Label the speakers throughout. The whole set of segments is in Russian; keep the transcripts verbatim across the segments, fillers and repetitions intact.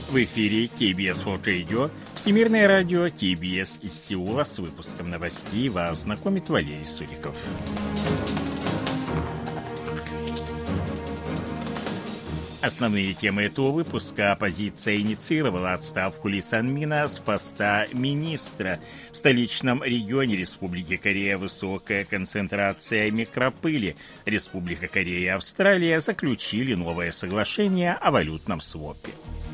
Speaker 1: В эфире кей би эс World Radio, Всемирное радио кей би эс из Сеула. С выпуском новостей вас знакомит Валерий Суриков. Основные темы этого выпуска. Оппозиция инициировала отставку Ли Сан-мина с поста министра. В столичном регионе Республики Корея высокая концентрация микропыли. Республика Корея и Австралия заключили новое соглашение о валютном свопе.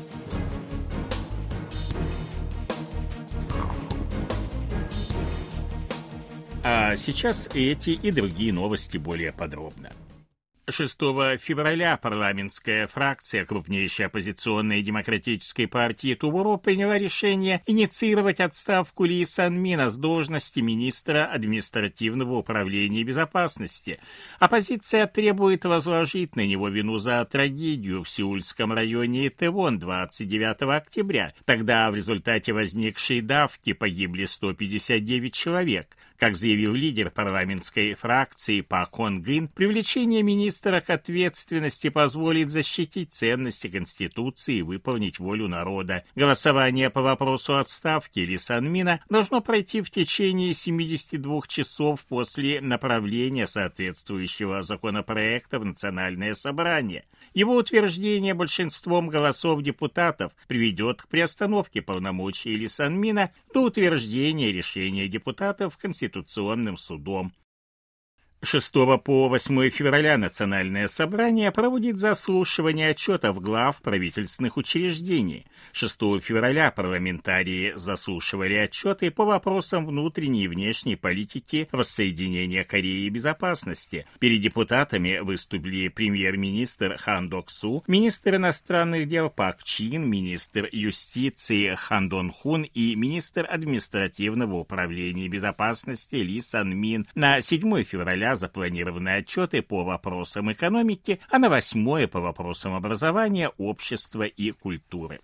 Speaker 1: А сейчас эти и другие новости более подробно. шестого февраля парламентская фракция крупнейшей оппозиционной демократической партии Тувуру приняла решение инициировать отставку Ли Сан-мина с должности министра административного управления и безопасности. Оппозиция требует возложить на него вину за трагедию в сеульском районе Итэвон двадцать девятого октября. Тогда в результате возникшей давки погибли сто пятьдесят девять человек. Как заявил лидер парламентской фракции Пак Хон Гын, привлечение министра к ответственности позволит защитить ценности Конституции и выполнить волю народа. Голосование по вопросу отставки Ли Сан-мина должно пройти в течение семидесяти двух часов после направления соответствующего законопроекта в Национальное собрание. Его утверждение большинством голосов депутатов приведет к приостановке полномочий Ли Сан-мина до утверждения решения депутатов Конституционным судом. шестого по восьмое февраля Национальное собрание проводит заслушивание отчетов глав правительственных учреждений. шестого февраля парламентарии заслушивали отчеты по вопросам внутренней и внешней политики, воссоединения Кореи и безопасности. Перед депутатами выступили премьер-министр Хан Док-су, министр иностранных дел Пак Чин, министр юстиции Хан Дон-хун и министр административного управления и безопасности Ли Сан-мин. На седьмое февраля запланированы отчеты по вопросам экономики, а на восьмое по вопросам образования, общества и культуры.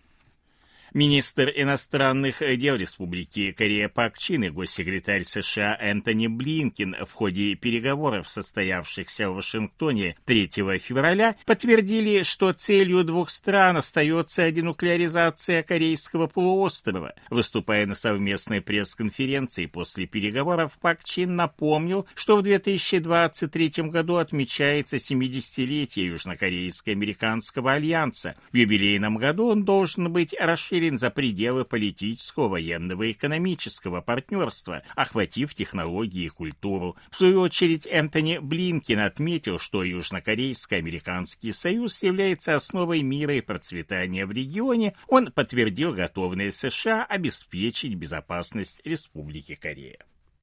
Speaker 1: Министр иностранных дел Республики Корея Пак Чин и госсекретарь США Энтони Блинкен в ходе переговоров, состоявшихся в Вашингтоне третьего февраля, подтвердили, что целью двух стран остается денуклеаризация Корейского полуострова. Выступая на совместной пресс-конференции после переговоров, Пак Чин напомнил, что в две тысячи двадцать третьем году отмечается семидесятилетие Южнокорейско-американского альянса. В юбилейном году он должен быть расширен за пределы политического, военного и экономического партнерства, охватив технологии и культуру. В свою очередь, Энтони Блинкен отметил, что Южнокорейско-американский союз является основой мира и процветания в регионе. Он подтвердил готовность США обеспечить безопасность Республики Корея.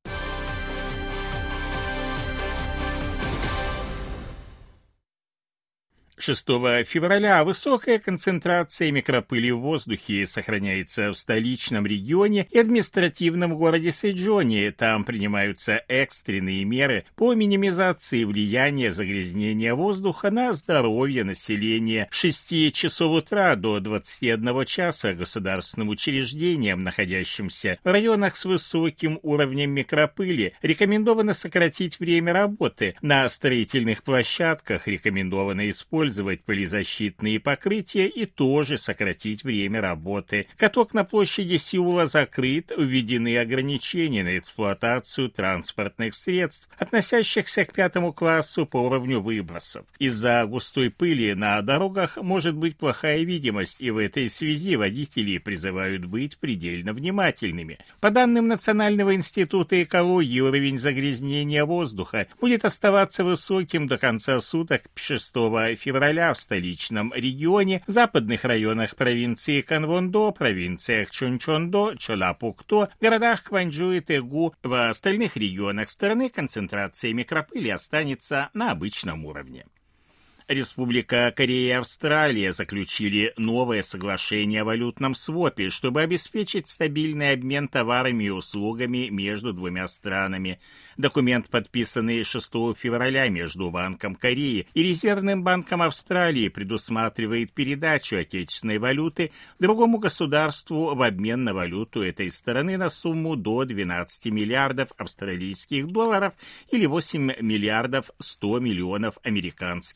Speaker 1: шестого февраля высокая концентрация микропыли в воздухе сохраняется в столичном регионе и административном городе Сэчжоне. Там принимаются экстренные меры по минимизации влияния загрязнения воздуха на здоровье населения. С шести часов утра до двадцати одного часа государственным учреждениям, находящимся в районах с высоким уровнем микропыли, рекомендовано сократить время работы. На строительных площадках рекомендовано использовать использовать пылезащитные покрытия и тоже сократить время работы. Каток на площади Сеула закрыт, введены ограничения на эксплуатацию транспортных средств, относящихся к пятому классу по уровню выбросов. Из-за густой пыли на дорогах может быть плохая видимость, и в этой связи водители призывают быть предельно внимательными. По данным Национального института экологии, уровень загрязнения воздуха будет оставаться высоким до конца суток шестого февраля в столичном регионе, западных районах провинции Канвондо, провинциях Чунчондо, Чолапукто, городах Кванджу и Тэгу. В остальных регионах страны концентрация микропыли останется на обычном уровне. Республика Корея и Австралия заключили новое соглашение о валютном свопе, чтобы обеспечить стабильный обмен товарами и услугами между двумя странами. Документ, подписанный шестого февраля между Банком Кореи и Резервным банком Австралии, предусматривает передачу отечественной валюты другому государству в обмен на валюту этой страны на сумму до двенадцати миллиардов австралийских долларов или восемь миллиардов сто миллионов американских.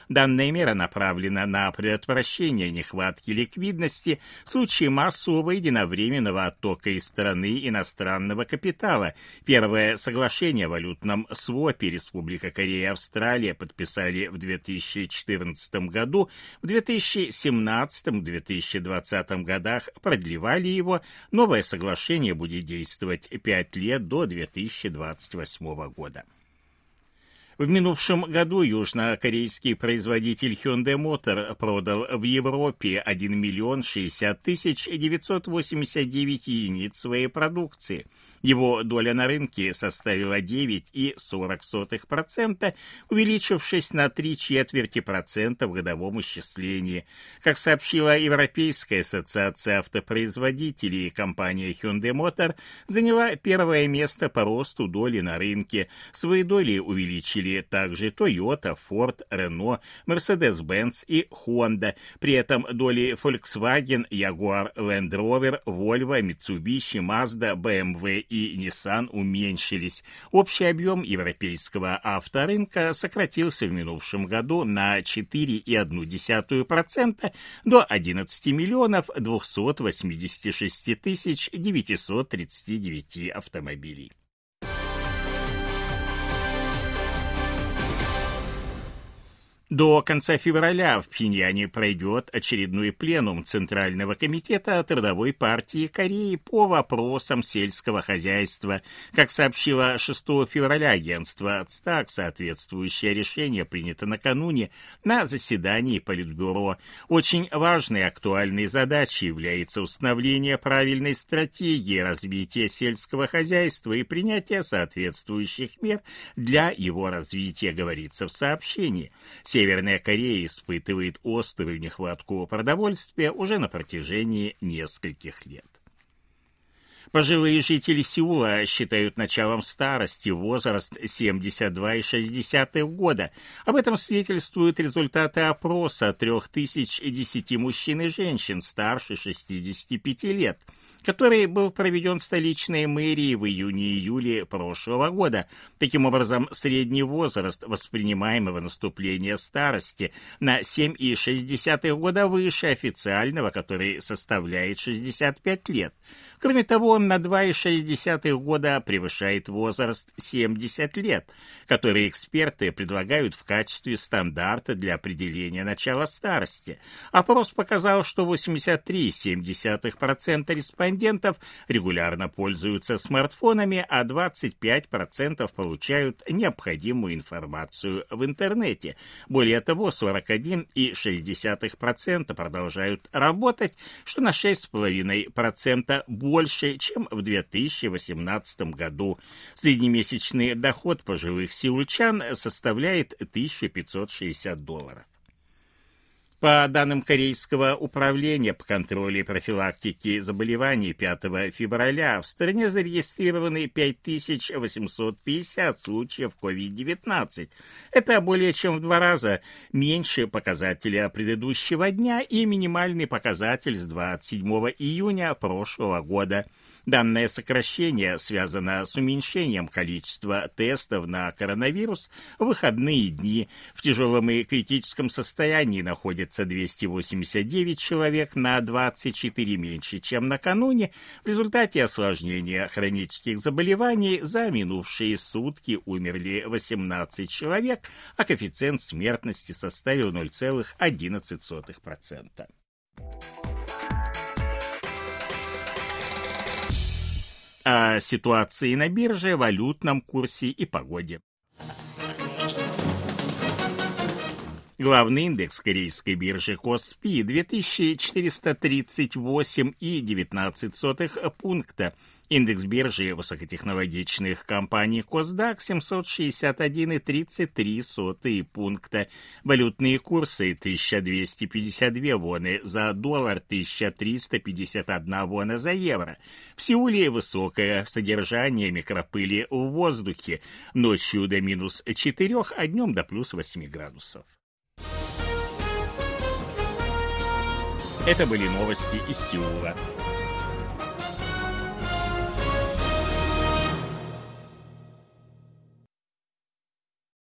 Speaker 1: Данная мера направлена на предотвращение нехватки ликвидности в случае массового единовременного оттока из страны иностранного капитала. Первое соглашение о валютном свопе Республика Корея и Австралия подписали в две тысячи четырнадцатом году, в две тысячи семнадцатом — две тысячи двадцатом годах продлевали его. Новое соглашение будет действовать пять лет до две тысячи двадцать восьмого года. В минувшем году южнокорейский производитель Hyundai Motor продал в Европе один миллион шестьдесят тысяч девятьсот восемьдесят девять единиц своей продукции. Его доля на рынке составила девять целых сорок сотых процента, увеличившись на три четверти процента в годовом исчислении. Как сообщила Европейская ассоциация автопроизводителей, компания Hyundai Motor заняла первое место по росту доли на рынке. Свои доли увеличили также Toyota, Ford, Renault, Mercedes-Benz и Honda. При этом доли Volkswagen, Jaguar, Land Rover, Volvo, Mitsubishi, Mazda, бэ эм вэ и Nissan уменьшились. Общий объем европейского авторынка сократился в минувшем году на четыре целых одну десятую процента до одиннадцати миллионов двухсот восьмидесяти шести тысяч девятисот тридцати девяти автомобилей. До конца февраля в Пхеньяне пройдет очередной пленум Центрального комитета Трудовой партии Кореи по вопросам сельского хозяйства. Как сообщило шестого февраля агентство ЦТАК, соответствующее решение принято накануне на заседании Политбюро. Очень важной и актуальной задачей является установление правильной стратегии развития сельского хозяйства и принятие соответствующих мер для его развития, говорится в сообщении. Северная Корея испытывает острую нехватку продовольствия уже на протяжении нескольких лет. Пожилые жители Сеула считают началом старости возраст семьдесят два целых шесть десятых года. Об этом свидетельствуют результаты опроса трех тысяч десяти мужчин и женщин старше шестидесяти пяти лет, который был проведен столичной мэрией в июне-июле прошлого года. Таким образом, средний возраст воспринимаемого наступления старости на семь целых шесть десятых года выше официального, который составляет шестьдесят пять лет. Кроме того, он на два целых шесть десятых года превышает возраст семьдесят лет, который эксперты предлагают в качестве стандарта для определения начала старости. Опрос показал, что восемьдесят три целых семь десятых процента респондентов регулярно пользуются смартфонами, а двадцать пять процентов получают необходимую информацию в интернете. Более того, сорок один целых шесть десятых процента продолжают работать, что на шесть целых пять десятых процента больше, чем в две тысячи восемнадцатом году. Среднемесячный доход пожилых сеульчан составляет тысячу пятьсот шестьдесят долларов. По данным Корейского управления по контролю и профилактике заболеваний пятого февраля в стране зарегистрированы пять тысяч восемьсот пятьдесят случаев ковид девятнадцать. Это более чем в два раза меньше показателя предыдущего дня и минимальный показатель с двадцать седьмого июня прошлого года. Данное сокращение связано с уменьшением количества тестов на коронавирус в выходные дни. В тяжелом и критическом состоянии находится двести восемьдесят девять человек, на двадцать четыре меньше, чем накануне. В результате осложнения хронических заболеваний за минувшие сутки умерли восемнадцать человек, а коэффициент смертности составил ноль целых одиннадцать сотых процента. О ситуации на бирже, валютном курсе и погоде. Главный индекс корейской биржи Коспи две тысячи четыреста тридцать восемь целых девятнадцать сотых пункта. Индекс биржи высокотехнологичных компаний Косдак семьсот шестьдесят один целых тридцать три сотых пункта. Валютные курсы: тысяча двести пятьдесят две воны за доллар, тысяча триста пятьдесят одна вона за евро. В Сеуле высокое содержание микропыли в воздухе. Ночью до минус четырех, а днем до плюс восьми градусов. Это были новости из Сеула.